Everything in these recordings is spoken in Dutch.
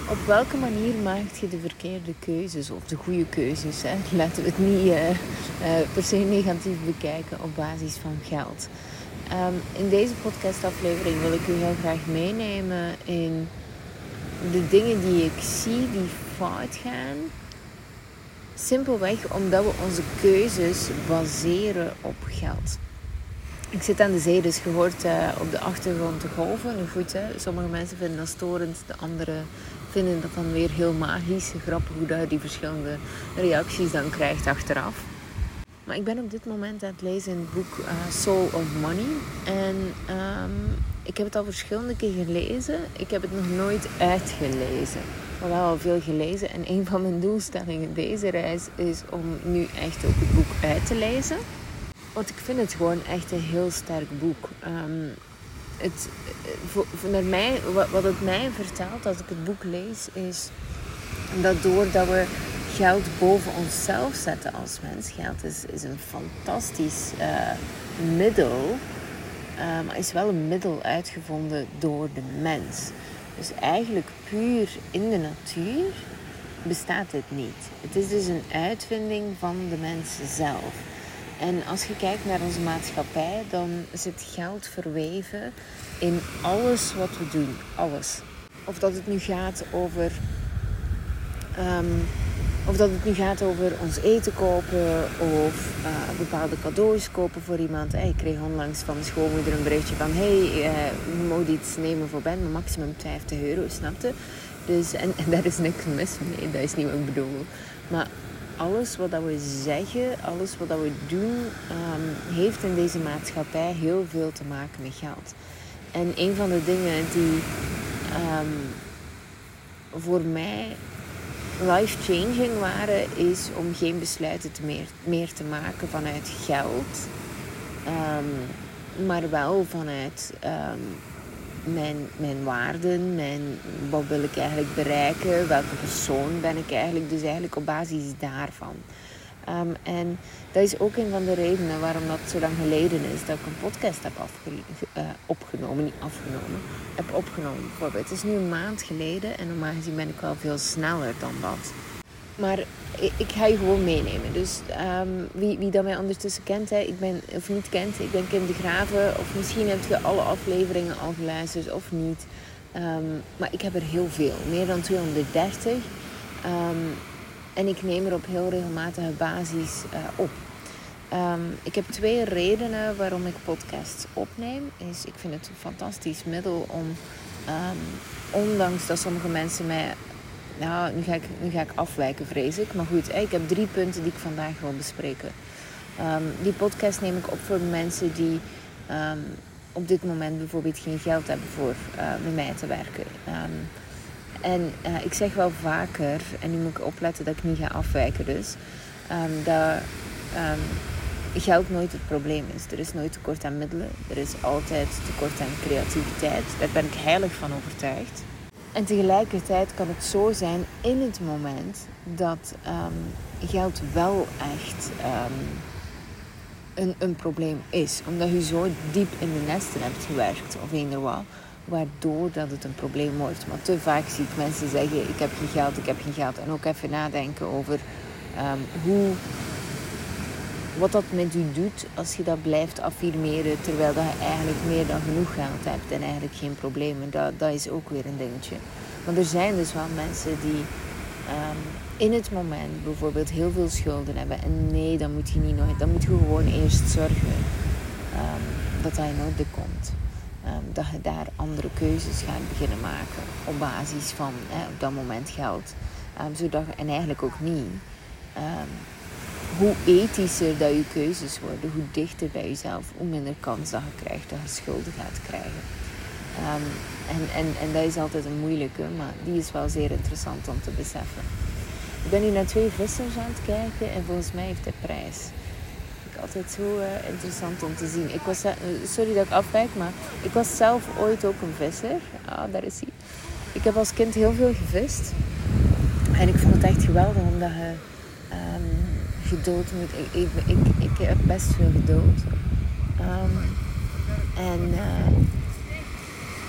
Op welke manier maak je de verkeerde keuzes of de goede keuzes? Hè? Laten we het niet per se negatief bekijken op basis van geld. In deze podcastaflevering wil ik u heel graag meenemen in de dingen die ik zie die fout gaan. Simpelweg omdat we onze keuzes baseren op geld. Ik zit aan de zee, dus je hoort op de achtergrond de golven. Nu goed, hè? Sommige mensen vinden dat storend, de anderen vinden dat dan weer heel magisch. Grappig hoe je die verschillende reacties dan krijgt achteraf. Maar ik ben op dit moment aan het lezen in het boek Soul of Money. En ik heb het al verschillende keer gelezen. Ik heb het nog nooit uitgelezen. Maar wel al veel gelezen. En een van mijn doelstellingen deze reis is om nu echt ook het boek uit te lezen. Want ik vind het gewoon echt een heel sterk boek. Wat het mij vertelt als ik het boek lees, is dat doordat we geld boven onszelf zetten als mens. Geld is een fantastisch middel. Maar is wel een middel uitgevonden door de mens. Dus eigenlijk puur in de natuur bestaat dit niet. Het is dus een uitvinding van de mens zelf. En als je kijkt naar onze maatschappij, dan zit geld verweven in alles wat we doen. Alles. Of dat het nu gaat over ons eten kopen of bepaalde cadeaus kopen voor iemand. Ik kreeg onlangs van de schoolmoeder een berichtje van je moet iets nemen voor Ben, maar maximum €50, snapte? Dus, en daar is niks mis mee, dat is niet wat ik bedoel. Maar alles wat we zeggen, alles wat we doen, heeft in deze maatschappij heel veel te maken met geld. En een van de dingen die voor mij life-changing waren, is om geen besluiten meer te maken vanuit geld. Maar wel vanuit mijn waarden, wat wil ik eigenlijk bereiken, welke persoon ben ik eigenlijk, dus eigenlijk op basis daarvan. En dat is ook een van de redenen waarom dat zo lang geleden is dat ik een podcast heb opgenomen. Bijvoorbeeld. Het is nu een maand geleden en normaal gezien ben ik wel veel sneller dan dat. Maar ik ga je gewoon meenemen. Dus wie dat mij ondertussen kent, ik ben Kim de Graven. Of misschien heb je alle afleveringen al geluisterd of niet. Maar ik heb er heel veel. Meer dan 230. En ik neem er op heel regelmatige basis op. Ik heb 2 redenen waarom ik podcasts opneem. Ik vind het een fantastisch middel om, ondanks dat sommige mensen mij... Nou, nu ga ik afwijken, vrees ik. Maar goed, ik heb 3 punten die ik vandaag wil bespreken. Die podcast neem ik op voor mensen die op dit moment bijvoorbeeld geen geld hebben voor met mij te werken. En ik zeg wel vaker, en nu moet ik opletten dat ik niet ga afwijken dus, dat geld nooit het probleem is. Er is nooit tekort aan middelen. Er is altijd tekort aan creativiteit. Daar ben ik heilig van overtuigd. En tegelijkertijd kan het zo zijn in het moment dat geld wel echt een probleem is. Omdat je zo diep in de nesten hebt gewerkt of eender wat, waardoor dat het een probleem wordt. Maar te vaak zie ik mensen zeggen, ik heb geen geld. En ook even nadenken over wat dat met u doet als je dat blijft affirmeren, terwijl dat je eigenlijk meer dan genoeg geld hebt en eigenlijk geen problemen. Dat is ook weer een dingetje. Maar er zijn dus wel mensen die in het moment bijvoorbeeld heel veel schulden hebben. En nee, dat moet je niet nooit. Dan moet je gewoon eerst zorgen dat je in orde komt. Dat je daar andere keuzes gaat beginnen maken op basis van op dat moment geld. En eigenlijk ook niet. Hoe ethischer dat je keuzes worden, hoe dichter bij jezelf, hoe minder kans dat je krijgt dat je schulden gaat krijgen. En dat is altijd een moeilijke, maar die is wel zeer interessant om te beseffen. Ik ben nu naar 2 vissers aan het kijken en volgens mij heeft hij prijs. Dat is altijd zo interessant om te zien. Sorry dat ik afwijk, maar ik was zelf ooit ook een visser. Daar is hij. Ik heb als kind heel veel gevist. En ik vond het echt geweldig omdat je geduld moet. Ik heb best veel geduld.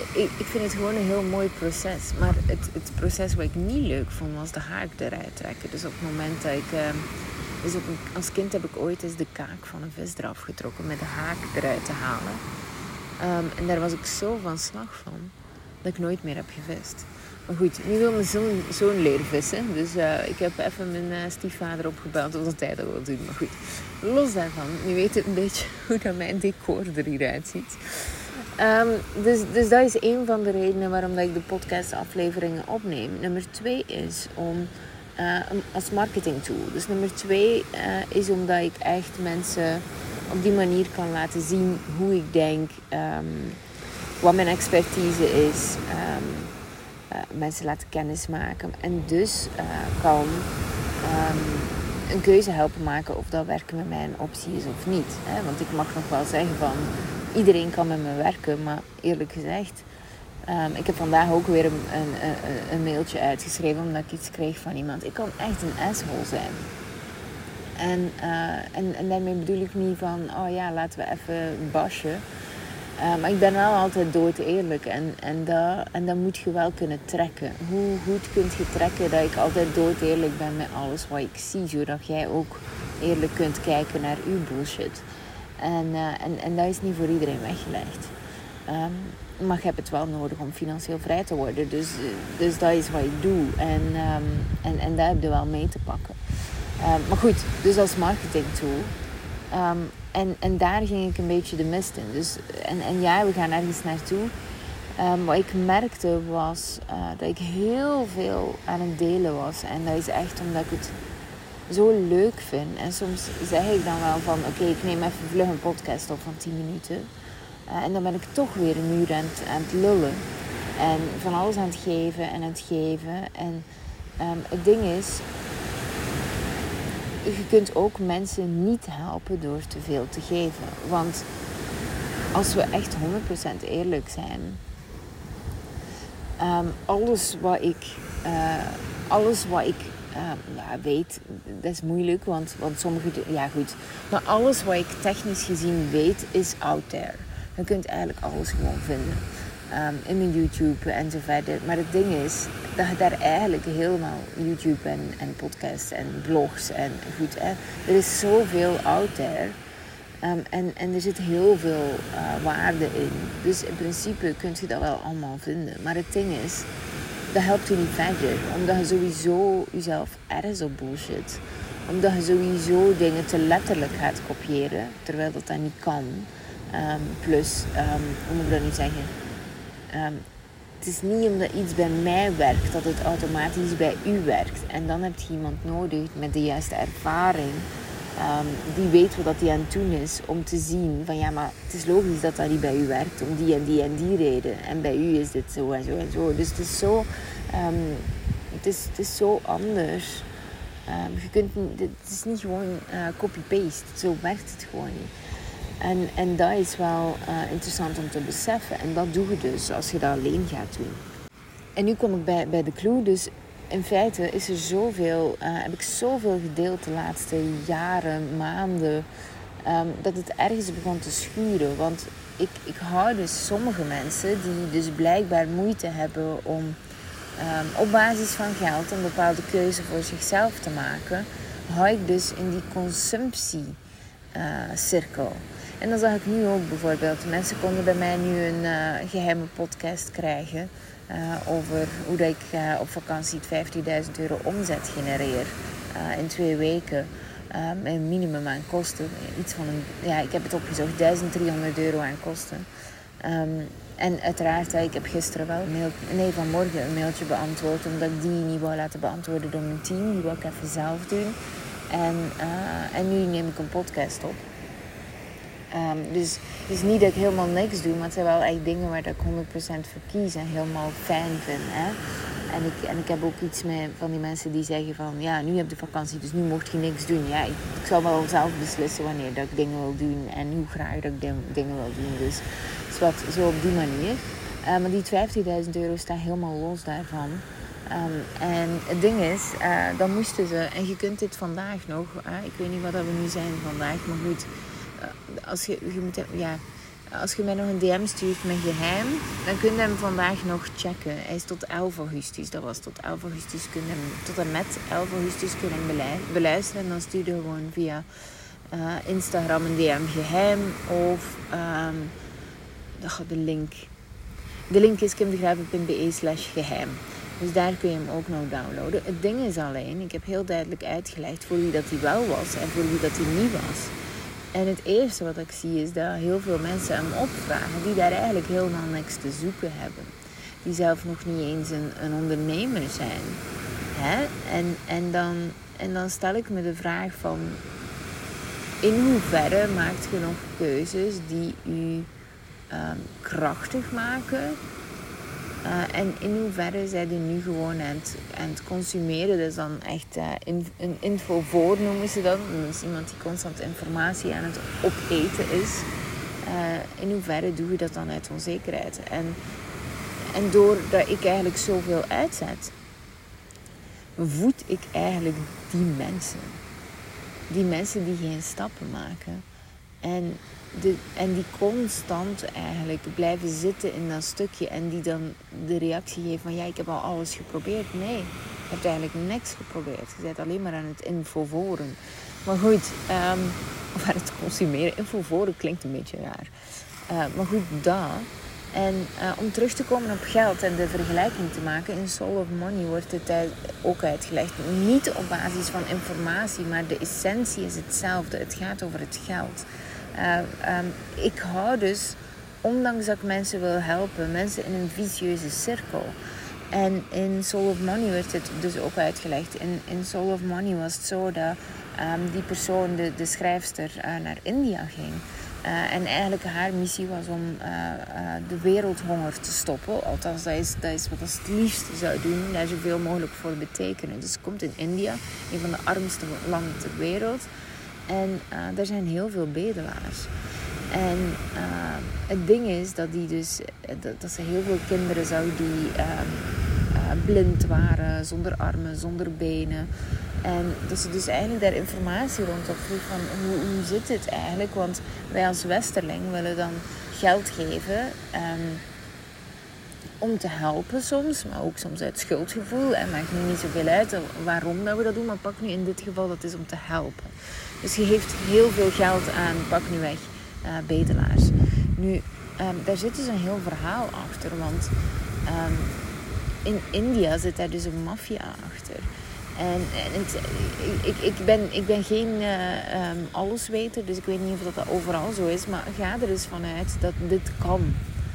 ik vind het gewoon een heel mooi proces. Maar het proces wat ik niet leuk vond, was de haak eruit trekken. Dus op het moment dat ik... Dus als kind heb ik ooit eens de kaak van een vis eraf getrokken met de haak eruit te halen. En daar was ik zo van slag van, dat ik nooit meer heb gevist. Maar goed, nu wil mijn zoon leren vissen. Dus ik heb even mijn stiefvader opgebeld of dat hij dat wil doen. Maar goed, los daarvan. Nu weet het een beetje hoe dat mijn decor er hieruit ziet. Dus dat is een van de redenen waarom dat ik de podcastafleveringen opneem. Nummer 2 is om als marketing tool. Dus nummer 2 is omdat ik echt mensen op die manier kan laten zien hoe ik denk, wat mijn expertise is. Mensen laten kennismaken. En dus kan een keuze helpen maken of dat werken met mij een optie is of niet. Hè? Want ik mag nog wel zeggen van iedereen kan met me werken. Maar eerlijk gezegd, ik heb vandaag ook weer een mailtje uitgeschreven omdat ik iets kreeg van iemand. Ik kan echt een asshole zijn. En daarmee bedoel ik niet van, oh ja, laten we even bashen. Maar ik ben wel altijd dood eerlijk en dat moet je wel kunnen trekken. Hoe goed kun je trekken dat ik altijd dood eerlijk ben met alles wat ik zie, zodat jij ook eerlijk kunt kijken naar uw bullshit. En dat is niet voor iedereen weggelegd. Maar je hebt het wel nodig om financieel vrij te worden. Dus dat is wat ik doe. En daar heb je wel mee te pakken. Maar goed, dus als marketing tool. En daar ging ik een beetje de mist in. Dus, en ja, we gaan ergens naartoe. Wat ik merkte was dat ik heel veel aan het delen was. En dat is echt omdat ik het zo leuk vind. En soms zeg ik dan wel van, oké, ik neem even vlug een podcast op van 10 minuten. En dan ben ik toch weer een uur aan het lullen. En van alles aan het geven en aan het geven. En het ding is, je kunt ook mensen niet helpen door te veel te geven. Want als we echt 100% eerlijk zijn, alles wat ik weet, dat is moeilijk, want sommige... Ja, goed. Maar alles wat ik technisch gezien weet, is out there. Je kunt eigenlijk alles gewoon vinden. In mijn YouTube en zo verder. Maar het ding is dat je daar eigenlijk helemaal YouTube en podcasts en blogs en goed. Er is zoveel out there. En er zit heel veel waarde in. Dus in principe kun je dat wel allemaal vinden. Maar het ding is, dat helpt je niet verder. Omdat je sowieso jezelf ergens op bullshit. Omdat je sowieso dingen te letterlijk gaat kopiëren. Terwijl dat niet kan. Plus, hoe moet ik dat nu zeggen? Het is niet omdat iets bij mij werkt dat het automatisch bij u werkt. En dan heb je iemand nodig met de juiste ervaring. Die weet wat hij aan het doen is. Om te zien van ja, maar het is logisch dat dat niet bij u werkt. Om die en die en die reden. En bij u is dit zo en zo en zo. Dus het is zo, het is zo anders. Het is niet gewoon copy-paste. Zo werkt het gewoon niet. En dat is wel interessant om te beseffen. En dat doe je dus als je dat alleen gaat doen. En nu kom ik bij de clue. Dus in feite is er zoveel, heb ik zoveel gedeeld de laatste jaren, maanden, dat het ergens begon te schuren. Want ik hou dus sommige mensen die dus blijkbaar moeite hebben om op basis van geld een bepaalde keuze voor zichzelf te maken, hou ik dus in die consumptiecirkel. En dan zag ik nu ook bijvoorbeeld, mensen konden bij mij nu een geheime podcast krijgen over hoe dat ik op vakantie €15.000 omzet genereer in 2 weken. Een minimum aan kosten. Ik heb het opgezocht, €1.300 aan kosten. En uiteraard, ik heb gisteren wel vanmorgen een mailtje beantwoord, omdat ik die niet wou laten beantwoorden door mijn team. Die wou ik even zelf doen. En nu neem ik een podcast op. Dus het is niet dat ik helemaal niks doe, maar het zijn wel echt dingen waar ik 100% voor kies en helemaal fijn vind. Hè? En ik heb ook iets met van die mensen die zeggen van, ja, nu heb je vakantie, dus nu mocht je niks doen. Ja, ik zal wel zelf beslissen wanneer dat ik dingen wil doen en hoe graag dat ik dingen wil doen. Dus het is wat zo op die manier. Maar die €15.000 staat helemaal los daarvan. En het ding is, dan moesten ze, en je kunt dit vandaag nog, ik weet niet wat we nu zijn vandaag, maar goed, als je moet, als je mij nog een DM stuurt met geheim, dan kun je hem vandaag nog checken. Hij is tot 11 augustus. Dat was tot 11 augustus. Tot en met 11 augustus kun je hem beluisteren. En dan stuur je gewoon via Instagram een DM geheim. Of de link. De link is kimdegraven.be/geheim. Dus daar kun je hem ook nog downloaden. Het ding is alleen, ik heb heel duidelijk uitgelegd voor wie dat hij wel was en voor wie dat hij niet was. En het eerste wat ik zie is dat heel veel mensen hem opvragen die daar eigenlijk helemaal niks te zoeken hebben. Die zelf nog niet eens een ondernemer zijn. Hè? En dan stel ik me de vraag van, in hoeverre maakt je nog keuzes die u krachtig maken? En in hoeverre zijn die nu gewoon aan het consumeren. Dat is dan echt een infovoor noemen ze dat. Dat is iemand die constant informatie aan het opeten is. In hoeverre doe je dat dan uit onzekerheid? En doordat ik eigenlijk zoveel uitzet, voed ik eigenlijk die mensen. Die mensen die geen stappen maken. En die constant eigenlijk blijven zitten in dat stukje. En die dan de reactie geven van, ja, ik heb al alles geprobeerd. Nee, je hebt eigenlijk niks geprobeerd. Je bent alleen maar aan het infovoren. Maar goed, of aan het consumeren. Infovoren klinkt een beetje raar. Maar goed, dat. En om terug te komen op geld en de vergelijking te maken, in Soul of Money wordt het ook uitgelegd. Niet op basis van informatie, maar de essentie is hetzelfde. Het gaat over het geld. Ik hou dus, ondanks dat ik mensen wil helpen, mensen in een vicieuze cirkel. En in Soul of Money werd het dus ook uitgelegd. In Soul of Money was het zo dat die persoon, de schrijfster, naar India ging. En eigenlijk haar missie was om de wereldhonger te stoppen. Althans, dat is wat ze het liefst zou doen. Daar zoveel mogelijk voor betekenen. Dus ze komt in India, een van de armste landen ter wereld. En daar zijn heel veel bedelaars. En het ding is dat dat ze heel veel kinderen zag die blind waren, zonder armen, zonder benen. En dat ze dus eigenlijk daar informatie rondom vroeg van hoe zit het eigenlijk? Want wij als westerling willen dan geld geven om te helpen soms, maar ook soms uit schuldgevoel. En maakt nu niet zoveel uit waarom dat we dat doen, maar pak nu in dit geval, dat is om te helpen. Dus je geeft heel veel geld aan, pak nu weg, bedelaars. Nu, daar zit dus een heel verhaal achter, want in India zit daar dus een maffia achter. En ik ben geen allesweter, dus ik weet niet of dat overal zo is, maar ga er eens vanuit dat dit kan.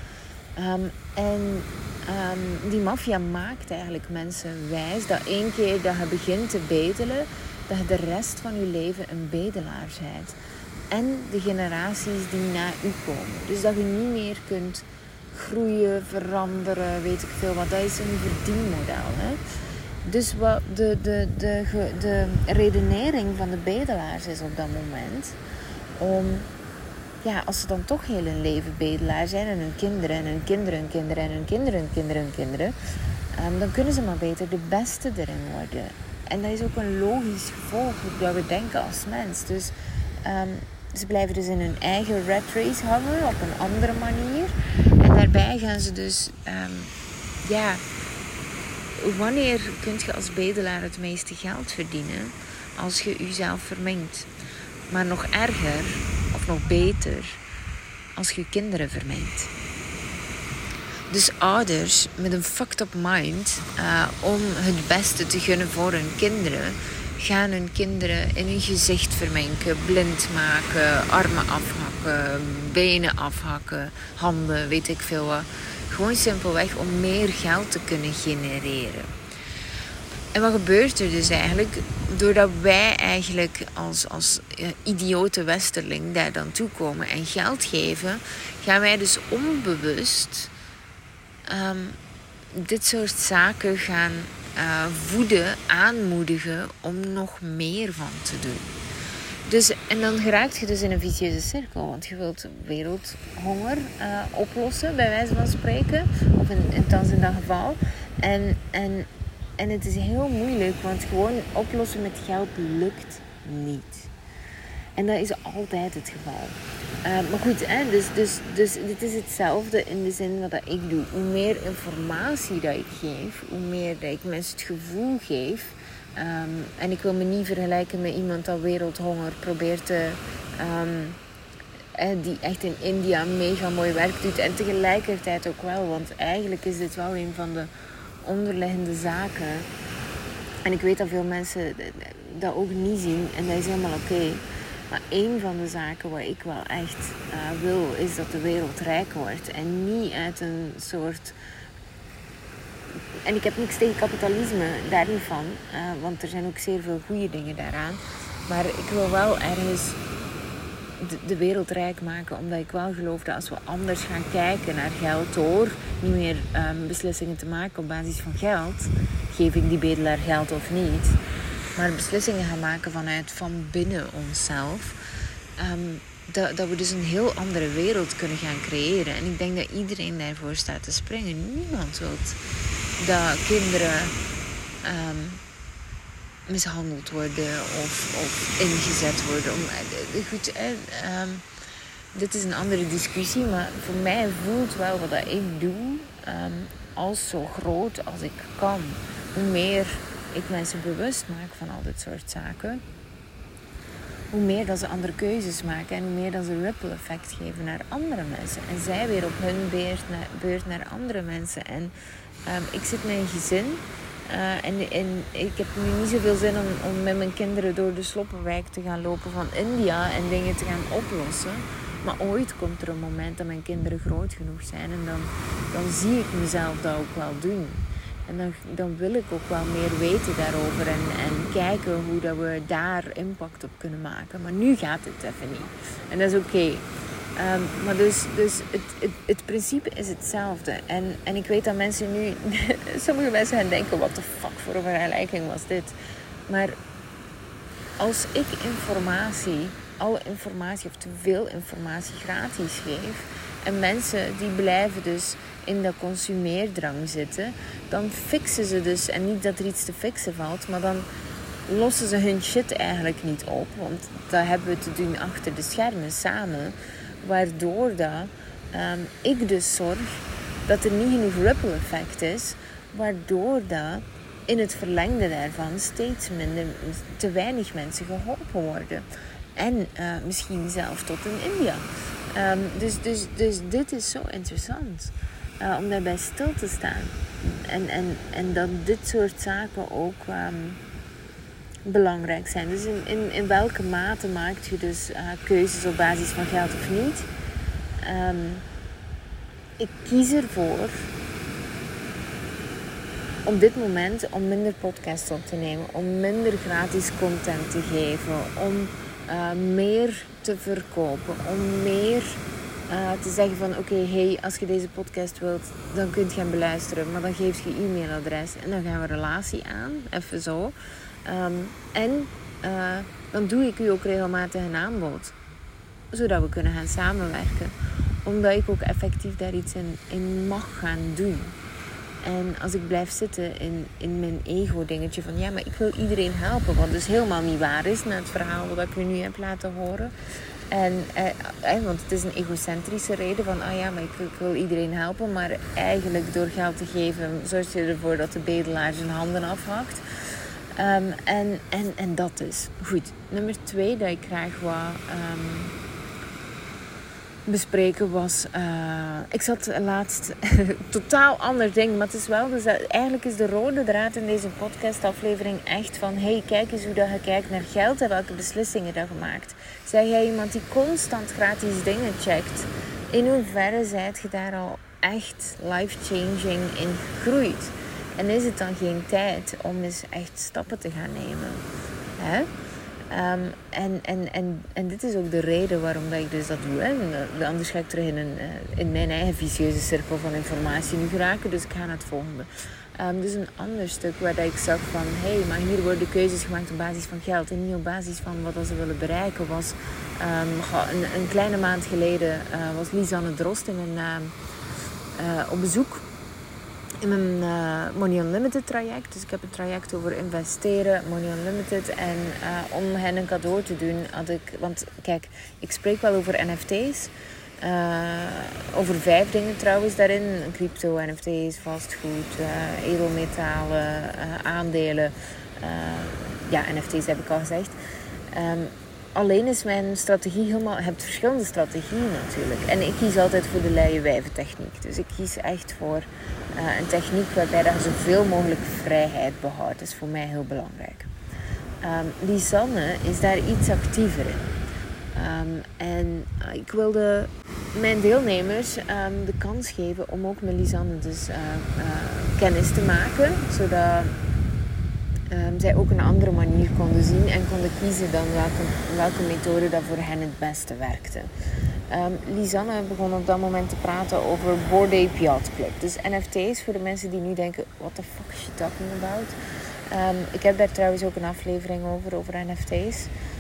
Die maffia maakt eigenlijk mensen wijs dat één keer dat je begint te bedelen, dat je de rest van je leven een bedelaar bent. En de generaties die na u komen. Dus dat je niet meer kunt groeien, veranderen, weet ik veel wat. Dat is een verdienmodel. Hè? Dus wat de redenering van de bedelaars is op dat moment om, ja, als ze dan toch heel hun leven bedelaar zijn en hun kinderen en hun kinderen, hun kinderen en hun kinderen, hun kinderen, hun kinderen, dan kunnen ze maar beter de beste erin worden. En dat is ook een logisch gevolg dat we denken als mens. Dus ze blijven dus in hun eigen rat race hangen op een andere manier. En daarbij gaan ze dus, wanneer kun je als bedelaar het meeste geld verdienen? Als je jezelf vermengt. Maar nog erger, of nog beter, als je je kinderen vermengt. Dus ouders met een fucked up mind, om het beste te gunnen voor hun kinderen, gaan hun kinderen in hun gezicht vermengen, blind maken, armen afhakken, benen afhakken, handen, weet ik veel wat. Gewoon simpelweg om meer geld te kunnen genereren. En wat gebeurt er dus eigenlijk? Doordat wij eigenlijk als idiote westerling daar dan toe komen en geld geven, gaan wij dus onbewust dit soort zaken gaan voeden, aanmoedigen om nog meer van te doen. Dus, en dan geraakt je dus in een vicieuze cirkel. Want je wilt wereldhonger oplossen, bij wijze van spreken. Of in dat geval. En het is heel moeilijk, want gewoon oplossen met geld lukt niet. En dat is altijd het geval. Maar goed, dus dit is hetzelfde in de zin wat dat ik doe. Hoe meer informatie dat ik geef, hoe meer dat ik mensen het gevoel geef. En ik wil me niet vergelijken met iemand dat wereldhonger probeert te... die echt in India mega mooi werk doet. En tegelijkertijd ook wel, want eigenlijk is dit wel een van de onderliggende zaken. En ik weet dat veel mensen dat ook niet zien en dat is helemaal oké. Maar een van de zaken wat ik wel echt wil, is dat de wereld rijk wordt. En niet uit een soort... En ik heb niks tegen kapitalisme, daar niet van. Want er zijn ook zeer veel goede dingen daaraan. Maar ik wil wel ergens de wereld rijk maken. Omdat ik wel geloof dat als we anders gaan kijken naar geld... door niet meer beslissingen te maken op basis van geld... geef ik die bedelaar geld of niet... maar beslissingen gaan maken vanuit van binnen onszelf... Dat we dus een heel andere wereld kunnen gaan creëren. En ik denk dat iedereen daarvoor staat te springen. Niemand wil dat kinderen mishandeld worden of ingezet worden. Goed, dit is een andere discussie, maar voor mij voelt wel wat dat ik doe als zo groot als ik kan. Hoe meer ik mensen bewust maak van al dit soort zaken, hoe meer dat ze andere keuzes maken en hoe meer dat ze ripple effect geven naar andere mensen. En zij weer op hun beurt naar andere mensen. En ik zit met een gezin en ik heb nu niet zoveel zin om met mijn kinderen door de sloppenwijk te gaan lopen van India en dingen te gaan oplossen. Maar ooit komt er een moment dat mijn kinderen groot genoeg zijn en dan zie ik mezelf dat ook wel doen. En dan wil ik ook wel meer weten daarover en kijken hoe dat we daar impact op kunnen maken. Maar nu gaat het even niet. En dat is oké. Maar dus het principe is hetzelfde. En ik weet dat mensen nu... sommige mensen gaan denken, what the fuck voor een vergelijking was dit? Maar als ik alle informatie of te veel informatie gratis geef... en mensen die blijven dus in dat consumeerdrang zitten... dan fixen ze dus... en niet dat er iets te fixen valt... maar dan lossen ze hun shit eigenlijk niet op. Want dat hebben we te doen achter de schermen samen. Waardoor dat, ik dus zorg dat er niet genoeg ripple effect is. Waardoor dat in het verlengde daarvan steeds te weinig mensen geholpen worden. En misschien zelfs tot in India. Dus dit is zo interessant. Om daarbij stil te staan. En dat dit soort zaken ook belangrijk zijn. Dus in welke mate maakt je dus keuzes op basis van geld of niet? Ik kies ervoor op dit moment om minder podcasts op te nemen. Om minder gratis content te geven. Om meer te verkopen. Om meer te zeggen van oké, als je deze podcast wilt, dan kunt je hem beluisteren. Maar dan geef je e-mailadres en dan gaan we een relatie aan. Even zo. Dan doe ik u ook regelmatig een aanbod. Zodat we kunnen gaan samenwerken. Omdat ik ook effectief daar iets in mag gaan doen. En als ik blijf zitten in mijn ego-dingetje van... ja, maar ik wil iedereen helpen. Wat dus helemaal niet waar is na het verhaal dat ik u nu heb laten horen. Want het is een egocentrische reden van... ja, maar ik wil iedereen helpen. Maar eigenlijk door geld te geven... zorg je ervoor dat de bedelaar zijn handen afhakt. En dat is. Goed. Nummer 2 dat ik graag wou bespreken was... ik zat laatst... totaal ander ding. Maar het is wel... Dus eigenlijk is de rode draad in deze podcastaflevering echt van... hey, kijk eens hoe dat je kijkt naar geld en welke beslissingen dat je maakt. Zeg jij iemand die constant gratis dingen checkt? In hoeverre zijt je daar al echt life-changing in gegroeid? En is het dan geen tijd om eens echt stappen te gaan nemen? Hè? En dit is ook de reden waarom dat ik dus dat doe. Hè? Anders ga ik terug in mijn eigen vicieuze cirkel van informatie nu geraken. Dus ik ga naar het volgende. Dus een ander stuk waar dat ik zag van... hey, maar hier worden keuzes gemaakt op basis van geld. En niet op basis van wat ze willen bereiken. Was een kleine maand geleden was Lisanne Drost op bezoek. in mijn Money Unlimited traject. Dus ik heb een traject over investeren, Money Unlimited. En om hen een cadeau te doen had ik... Want kijk, ik spreek wel over NFT's. Over 5 dingen trouwens daarin. Crypto, NFT's, vastgoed, edelmetalen, aandelen. NFT's heb ik al gezegd. Alleen is mijn strategie helemaal... Je hebt verschillende strategieën natuurlijk. En ik kies altijd voor de leie wijven techniek. Dus ik kies echt voor een techniek waarbij je zoveel mogelijk vrijheid behoudt. Dat is voor mij heel belangrijk. Lisanne is daar iets actiever in. En ik wilde mijn deelnemers de kans geven om ook met Lisanne dus kennis te maken. Zodat zij ook een andere manier konden zien en konden kiezen dan welke methode dat voor hen het beste werkte. Lisanne begon op dat moment te praten over Bored Ape Yacht Club. Dus NFT's voor de mensen die nu denken, what the fuck is she talking about? Ik heb daar trouwens ook een aflevering over NFT's.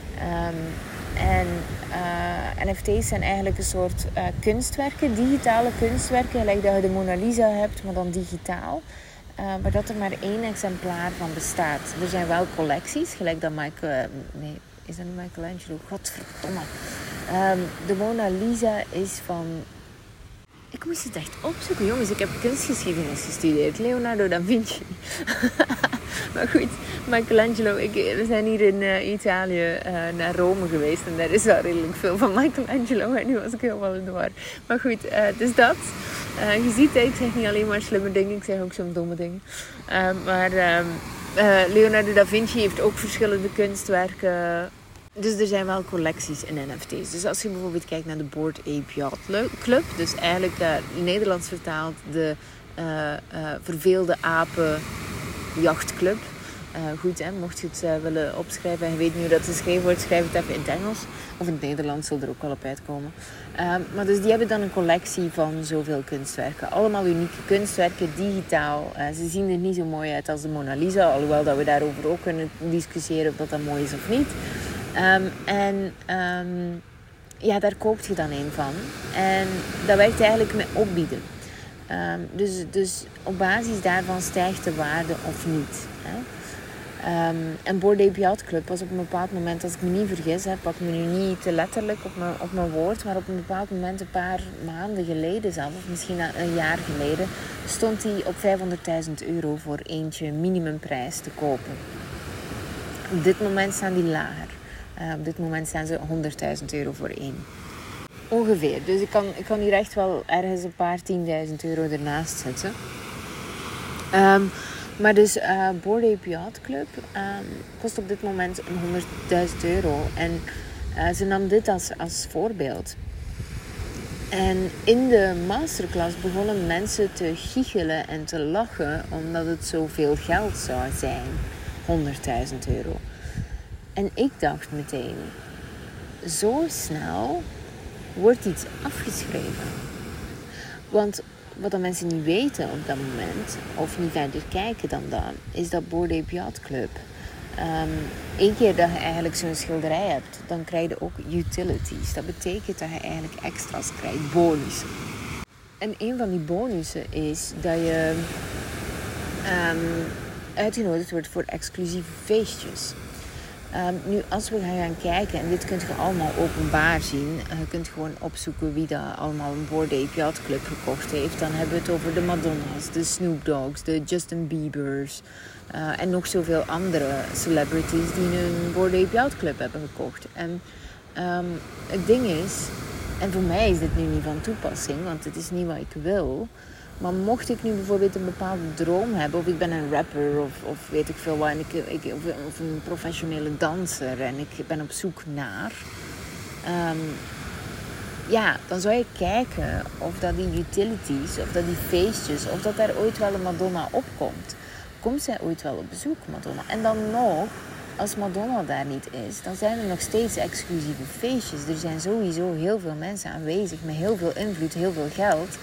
NFT's zijn eigenlijk een soort kunstwerken, digitale kunstwerken, gelijk dat je de Mona Lisa hebt, maar dan digitaal. Maar dat er maar 1 exemplaar van bestaat. Er zijn wel collecties, gelijk dat is dat niet Michelangelo? Godverdomme. De Mona Lisa is van... Ik moest het echt opzoeken, jongens. Ik heb kunstgeschiedenis gestudeerd. Leonardo da Vinci. Maar goed, Michelangelo. We zijn hier in Italië naar Rome geweest. En daar is wel redelijk veel van Michelangelo. En nu was ik helemaal in de war. Maar goed, dus dat. Je ziet, ik zeg niet alleen maar slimme dingen. Ik zeg ook soms domme dingen. Leonardo da Vinci heeft ook verschillende kunstwerken. Dus er zijn wel collecties in NFT's. Dus als je bijvoorbeeld kijkt naar de Bored Ape Yacht Club. Dus eigenlijk Nederlands vertaald de Verveelde Apen Jachtclub. Goed, hè, mocht je het willen opschrijven en je weet niet hoe dat geschreven wordt, schrijf het even in het Engels. Of in het Nederlands, zal er ook wel op uitkomen. Maar dus die hebben dan een collectie van zoveel kunstwerken. Allemaal unieke kunstwerken, digitaal. Ze zien er niet zo mooi uit als de Mona Lisa. Alhoewel dat we daarover ook kunnen discussiëren of dat mooi is of niet. Daar koopt je dan een van. En dat werkt eigenlijk met opbieden. Dus op basis daarvan stijgt de waarde of niet. Hè? En Bored Ape Yacht Club was op een bepaald moment, als ik me niet vergis, pak me nu niet te letterlijk op mijn woord, maar op een bepaald moment, een paar maanden geleden zelf, of misschien een jaar geleden, stond hij op €500.000 voor eentje minimumprijs te kopen. Op dit moment staan die lager. Op dit moment staan ze €100.000 voor één. Ongeveer. Dus ik kan hier echt wel ergens een paar €10.000 ernaast zetten. Maar dus Bored Ape Yacht Club kost op dit moment €100.000. En ze nam dit als voorbeeld. En in de masterclass begonnen mensen te giechelen en te lachen omdat het zoveel geld zou zijn. €100.000. En ik dacht meteen, zo snel wordt iets afgeschreven. Want wat dan mensen niet weten op dat moment, of niet verder kijken dan dat, is dat Bored Ape Yacht Club. Eén keer dat je eigenlijk zo'n schilderij hebt, dan krijg je ook utilities. Dat betekent dat je eigenlijk extra's krijgt, bonussen. En een van die bonussen is dat je uitgenodigd wordt voor exclusieve feestjes. Nu, als we gaan kijken, en dit kun je allemaal openbaar zien. Je kunt gewoon opzoeken wie dat allemaal een Bored Ape Yacht Club gekocht heeft. Dan hebben we het over de Madonna's, de Snoop Dogg's, de Justin Bieber's. En nog zoveel andere celebrities die een Bored Ape Yacht Club hebben gekocht. En het ding is, en voor mij is dit nu niet van toepassing, want het is niet wat ik wil. Maar mocht ik nu bijvoorbeeld een bepaalde droom hebben, of ik ben een rapper, of weet ik veel wat, en of een professionele danser en ik ben op zoek naar, dan zou je kijken of dat die utilities, of dat die feestjes, of dat daar ooit wel een Madonna opkomt. Komt zij ooit wel op bezoek, Madonna? En dan nog, als Madonna daar niet is, dan zijn er nog steeds exclusieve feestjes. Er zijn sowieso heel veel mensen aanwezig met heel veel invloed, heel veel geld.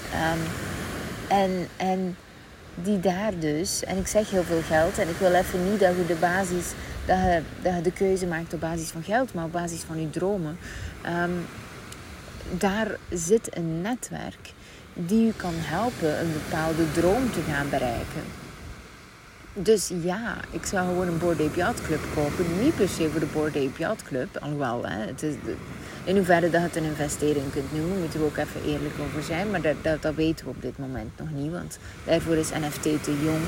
En die daar dus, en ik zeg heel veel geld, en ik wil even niet dat je dat je de keuze maakt op basis van geld, maar op basis van je dromen. Daar zit een netwerk die u kan helpen een bepaalde droom te gaan bereiken. Dus ja, ik zou gewoon een Bored Ape Yacht Club kopen. Niet per se voor de Bored Ape Yacht Club. Alhoewel, het is in hoeverre dat je het een investering kunt noemen, moeten we ook even eerlijk over zijn. Maar dat weten we op dit moment nog niet, want daarvoor is NFT te jong.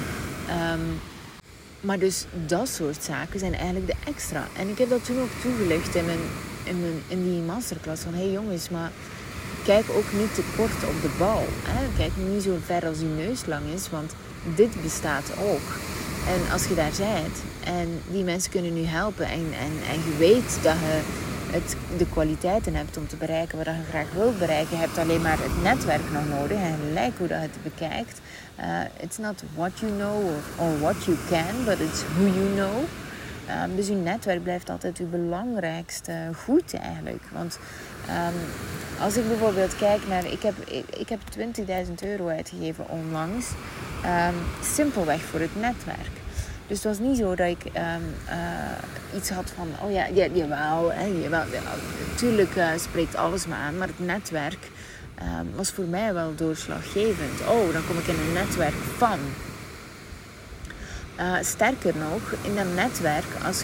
Maar dus dat soort zaken zijn eigenlijk de extra. En ik heb dat toen ook toegelicht in die masterclass. Van, hey jongens, maar kijk ook niet te kort op de bal. Hè? Kijk niet zo ver als je neus lang is, want dit bestaat ook. En als je daar bent en die mensen kunnen nu helpen en je weet dat je de kwaliteiten hebt om te bereiken wat je graag wilt bereiken. Je hebt alleen maar het netwerk nog nodig en gelijk hoe dat je het bekijkt. It's not what you know or what you can, but it's who you know. Dus je netwerk blijft altijd je belangrijkste goed eigenlijk. Want als ik bijvoorbeeld kijk naar... Ik heb €20.000 uitgegeven onlangs. Simpelweg voor het netwerk. Dus het was niet zo dat ik iets had van... Oh ja, jawel. Tuurlijk spreekt alles me aan. Maar het netwerk was voor mij wel doorslaggevend. Oh, dan kom ik in een netwerk van... sterker nog, in dat netwerk, als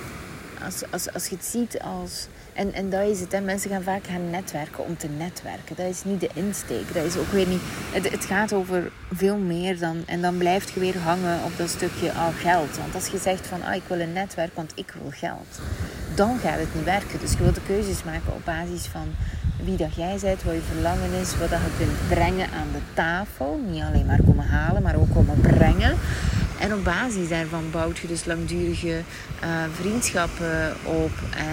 je het ziet als... En dat is het, hè. Mensen gaan vaak gaan netwerken om te netwerken. Dat is niet de insteek. Dat is ook weer niet... Het gaat over veel meer dan... En dan blijf je weer hangen op dat stukje geld. Want als je zegt van, ik wil een netwerk, want ik wil geld. Dan gaat het niet werken. Dus je wilt de keuzes maken op basis van wie dat jij bent, wat je verlangen is, wat dat je kunt brengen aan de tafel. Niet alleen maar komen halen, maar ook komen brengen. En op basis daarvan bouwt je dus langdurige vriendschappen op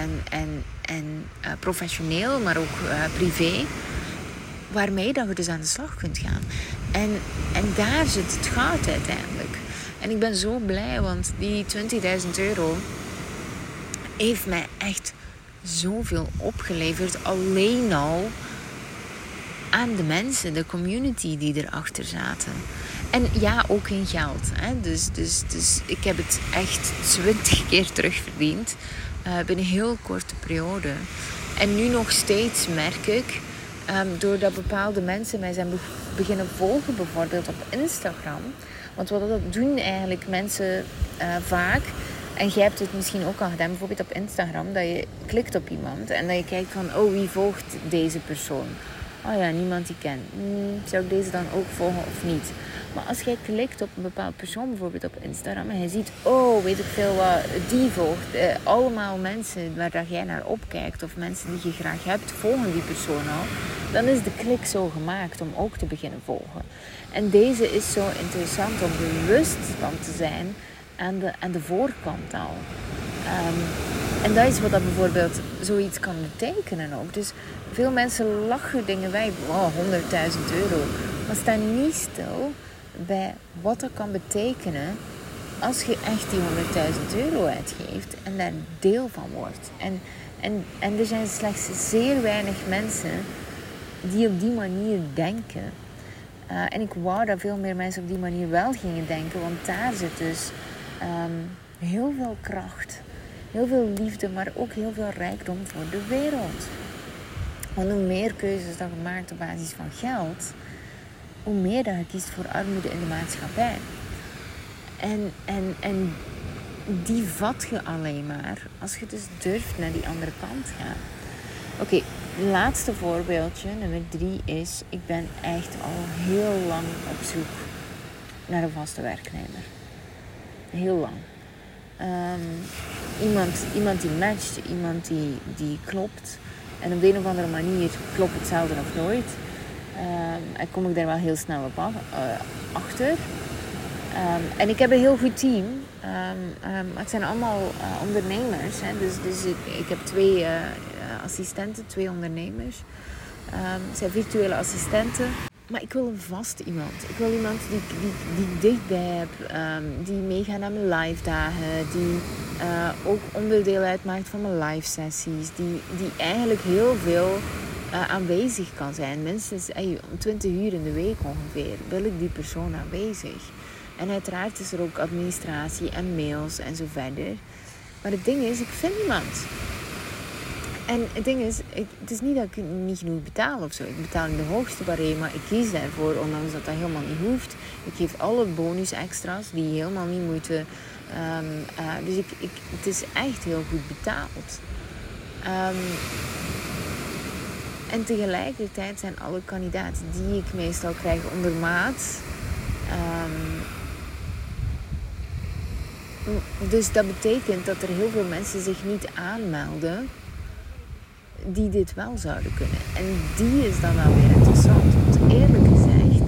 en professioneel, maar ook privé, waarmee dat je dus aan de slag kunt gaan. En daar zit het goud uiteindelijk. En ik ben zo blij, want die €20.000 heeft mij echt zoveel opgeleverd. Alleen al aan de mensen, de community die erachter zaten. En ja, ook in geld. Hè? Dus ik heb het echt 20 keer terugverdiend. Binnen een heel korte periode. En nu nog steeds merk ik, doordat bepaalde mensen mij zijn beginnen volgen, bijvoorbeeld op Instagram. Want wat dat doen eigenlijk mensen vaak, en jij hebt het misschien ook al gedaan, bijvoorbeeld op Instagram, dat je klikt op iemand en dat je kijkt van, wie volgt deze persoon? Oh ja, niemand die ken. Zou ik deze dan ook volgen of niet? Maar als jij klikt op een bepaald persoon, bijvoorbeeld op Instagram, en je ziet, weet ik veel wat, die volgt. Allemaal mensen waar dat jij naar opkijkt, of mensen die je graag hebt, volgen die persoon al. Dan is de klik zo gemaakt om ook te beginnen volgen. En deze is zo interessant om bewust van te zijn aan de voorkant al. En dat is wat dat bijvoorbeeld zoiets kan betekenen ook. Dus veel mensen lachen dingen wij, €100.000. Maar staan niet stil bij wat dat kan betekenen als je echt die €100.000 uitgeeft en daar deel van wordt. En er zijn slechts zeer weinig mensen die op die manier denken. En ik wou dat veel meer mensen op die manier wel gingen denken, want daar zit dus heel veel kracht, heel veel liefde, maar ook heel veel rijkdom voor de wereld. Want hoe meer keuzes dat je maakt op basis van geld, hoe meer dat je kiest voor armoede in de maatschappij. En die vat je alleen maar als je dus durft naar die andere kant gaan. Oké, laatste voorbeeldje, nummer 3 is, ik ben echt al heel lang op zoek naar een vaste werknemer. Heel lang. Iemand die matcht, iemand die klopt. En op de een of andere manier klopt het zelden of nooit. En kom ik daar wel heel snel op achter. En ik heb een heel goed team. Het zijn allemaal ondernemers. Hè. Dus ik heb 2 assistenten, 2 ondernemers. Het zijn virtuele assistenten. Maar ik wil een vast iemand. Ik wil iemand die dichtbij heb. Die meegaat naar mijn live dagen. Die ook onderdeel uitmaakt van mijn live sessies. Die eigenlijk heel veel aanwezig kan zijn. Minstens om 20 uur in de week ongeveer wil ik die persoon aanwezig. En uiteraard is er ook administratie en mails en zo verder. Maar het ding is, ik vind niemand. En het ding is, het is niet dat ik niet genoeg betaal of zo. Ik betaal in de hoogste barème, maar ik kies daarvoor, ondanks dat dat helemaal niet hoeft. Ik geef alle bonus extra's die helemaal niet moeten. Dus het is echt heel goed betaald. En tegelijkertijd zijn alle kandidaten die ik meestal krijg onder maat. Dus dat betekent dat er heel veel mensen zich niet aanmelden die dit wel zouden kunnen. En die is dan wel weer interessant. Want eerlijk gezegd,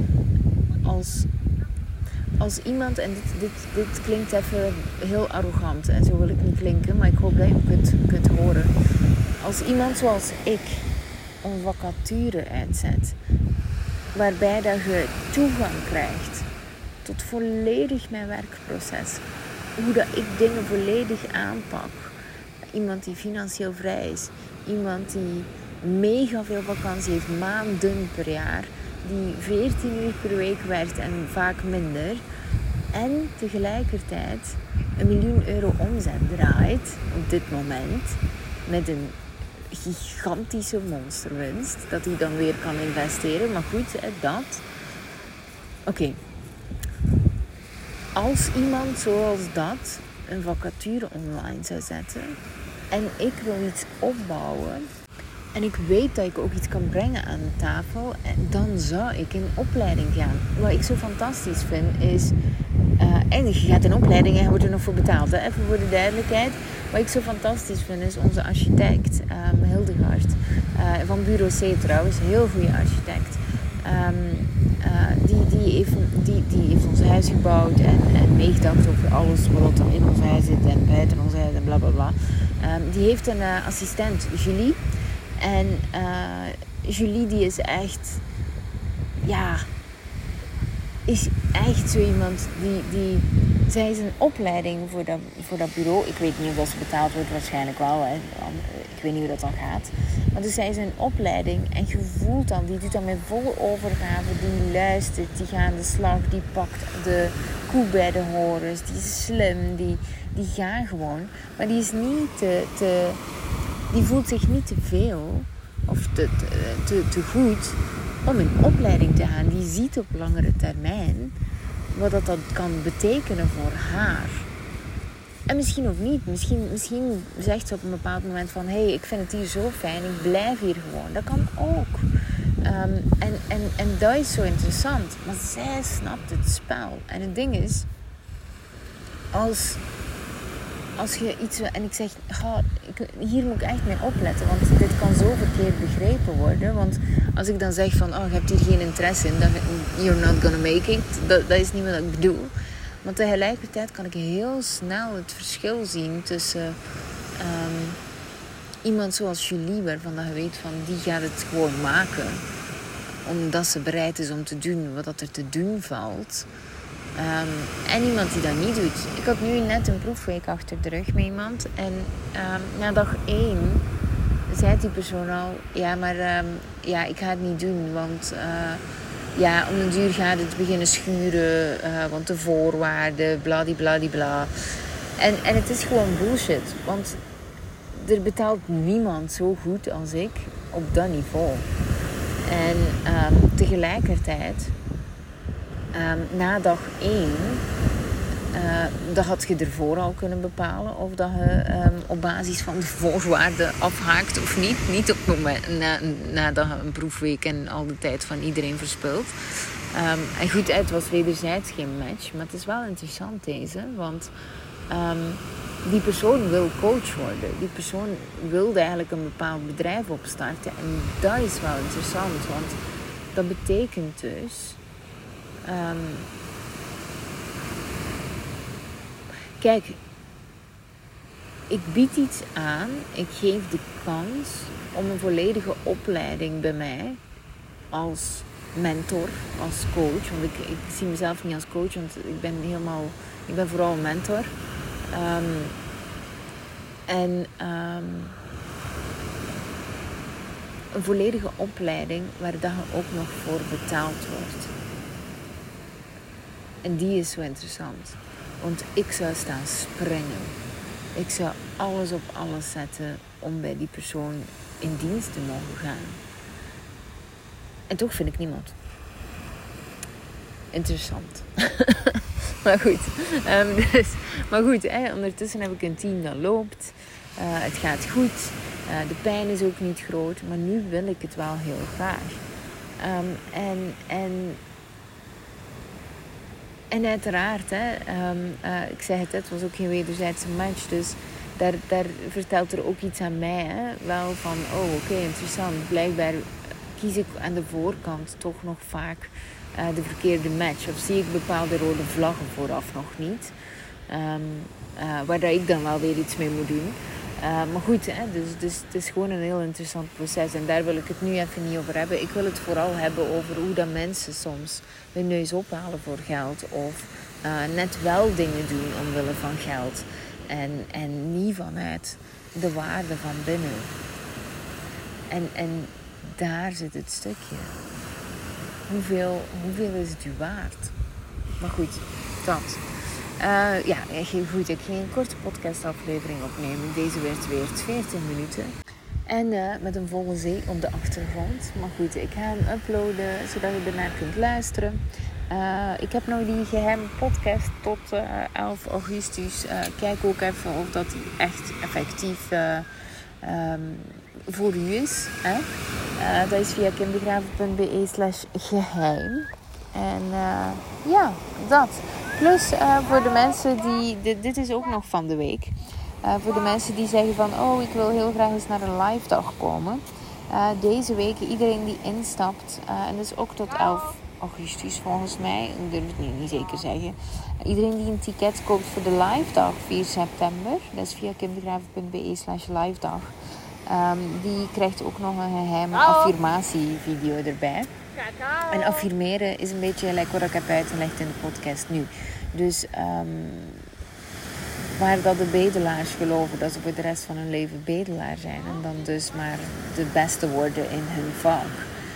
als iemand, en dit klinkt even heel arrogant en zo wil ik niet klinken, maar ik hoop dat je hem kunt horen. Als iemand zoals ik een vacature uitzet, waarbij dat je toegang krijgt tot volledig mijn werkproces, hoe dat ik dingen volledig aanpak. Iemand die financieel vrij is, iemand die mega veel vakantie heeft, maanden per jaar, die 14 uur per week werkt en vaak minder, en tegelijkertijd €1 miljoen omzet draait op dit moment met een gigantische monsterwinst, dat hij dan weer kan investeren. Maar goed, dat. Oké. Als iemand zoals dat een vacature online zou zetten en ik wil iets opbouwen en ik weet dat ik ook iets kan brengen aan de tafel, dan zou ik in opleiding gaan. Wat ik zo fantastisch vind is, en je gaat in opleiding en je wordt er nog voor betaald, hè? Even voor de duidelijkheid. Wat ik zo fantastisch vind is onze architect, Hildegard, van Bureau C trouwens, heel goede architect. Die heeft ons huis gebouwd en meegedacht over alles wat er in ons huis zit en buiten ons huis en bla bla bla. Die heeft een assistent, Julie. En Julie die is echt, is echt zo iemand die zij is een opleiding voor dat bureau. Ik weet niet of dat ze betaald wordt, waarschijnlijk wel. Hè. Ik weet niet hoe dat dan gaat. Maar dus zij is een opleiding en je voelt dan, die doet dan met volle overgave, die luistert, die gaat aan de slag, die pakt de koe bij de horens, die is slim, die gaat gewoon. Maar die is niet die voelt zich niet te veel of te goed om in opleiding te gaan. Die ziet op langere termijn wat dat kan betekenen voor haar. En misschien ook niet. Misschien zegt ze op een bepaald moment van, hey, ik vind het hier zo fijn, ik blijf hier gewoon. Dat kan ook. En dat is zo interessant. Maar zij snapt het spel. En het ding is, als je iets... En ik zeg, hier moet ik echt mee opletten. Want dit kan zo verkeerd begrepen worden. Want als ik dan zeg van, je hebt hier geen interesse in, dan you're not gonna make it. Dat is niet wat ik bedoel. Maar tegelijkertijd kan ik heel snel het verschil zien tussen iemand zoals Julie, waarvan je weet van, die gaat het gewoon maken. Omdat ze bereid is om te doen wat er te doen valt. En iemand die dat niet doet. Ik had nu net een proefweek achter de rug met iemand. En na dag 1 zei die persoon al, ik ga het niet doen. Want om een duur gaat het beginnen schuren. Want de voorwaarden, bladibladibla. En het is gewoon bullshit. Want er betaalt niemand zo goed als ik op dat niveau. En tegelijkertijd, na dag 1, dat had je ervoor al kunnen bepalen of dat je op basis van de voorwaarden afhaakt of niet. Niet op het moment nadat je een proefweek en al de tijd van iedereen verspilt. En goed, het was wederzijds geen match, maar het is wel interessant deze, want die persoon wil coach worden. Die persoon wilde eigenlijk een bepaald bedrijf opstarten. En dat is wel interessant, want dat betekent dus... Kijk, ik bied iets aan. Ik geef de kans om een volledige opleiding bij mij als mentor, als coach. Want ik zie mezelf niet als coach, want ik ben vooral een mentor. Een volledige opleiding waar dat je ook nog voor betaald wordt. En die is zo interessant. Want ik zou staan springen Ik zou alles op alles zetten om bij die persoon in dienst te mogen gaan. En toch vind ik niemand. Interessant. Maar goed, ondertussen heb ik een team dat loopt. Het gaat goed. De pijn is ook niet groot. Maar nu wil ik het wel heel graag. En uiteraard, ik zei het was ook geen wederzijdse match. Dus daar vertelt er ook iets aan mij. Hè? Wel van, oké, interessant. Blijkbaar kies ik aan de voorkant toch nog vaak de verkeerde match. Of zie ik bepaalde rode vlaggen vooraf nog niet. Waar ik dan wel weer iets mee moet doen. Maar goed, dus het is gewoon een heel interessant proces. En daar wil ik het nu even niet over hebben. Ik wil het vooral hebben over hoe dat mensen soms hun neus ophalen voor geld. Of net wel dingen doen omwille van geld. En niet vanuit de waarde van binnen. En daar zit het stukje. Hoeveel is het u waard? Maar goed, dat. Goed, ik ging een korte podcastaflevering opnemen. Deze werd weer 40 minuten. En met een volle zee op de achtergrond. Maar goed, ik ga hem uploaden zodat je ernaar kunt luisteren. Ik heb nog die geheime podcast tot 11 augustus. Kijk ook even of dat die echt effectief voor u is. Dat is via kimdegraven.be/geheim. En dat. Plus voor de mensen die... Dit is ook nog van de week. Voor de mensen die zeggen van... ik wil heel graag eens naar een live dag komen. Deze week, iedereen die instapt... en dat is ook tot 11 augustus volgens mij. Ik durf het nu niet zeker zeggen. Iedereen die een ticket koopt voor de live dag 4 september... dat is via kimdegraven.be/live dag... die krijgt ook nog een geheime affirmatievideo erbij. En affirmeren is een beetje gelijk wat ik heb uitgelegd in de podcast nu. Dus waar dat de bedelaars geloven dat ze voor de rest van hun leven bedelaar zijn en dan dus maar de beste worden in hun vak,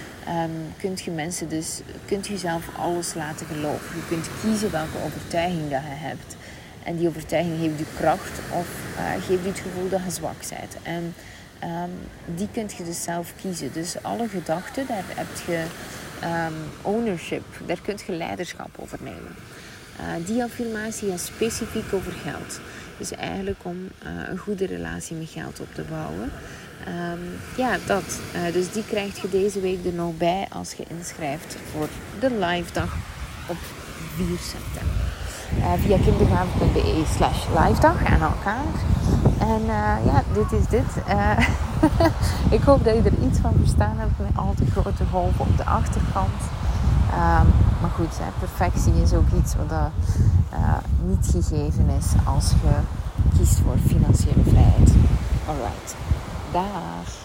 kunt je zelf alles laten geloven. Je kunt kiezen welke overtuiging dat je hebt. En die overtuiging geeft je kracht of geeft je het gevoel dat je zwak bent. En die kunt je dus zelf kiezen. Dus alle gedachten, daar heb je ownership. Daar kun je leiderschap over nemen. Die affirmatie gaat specifiek over geld. Dus eigenlijk om een goede relatie met geld op te bouwen. Dat. Dus die krijg je deze week er nog bij als je inschrijft voor de live dag op 4 september. Via kimdegraven.be/live dag aan elkaar. En dit is dit. Ik hoop dat je er iets van verstaan hebt met al die grote golven op de achterkant. Maar goed, perfectie is ook iets wat niet gegeven is als je kiest voor financiële vrijheid. Alright. Dag.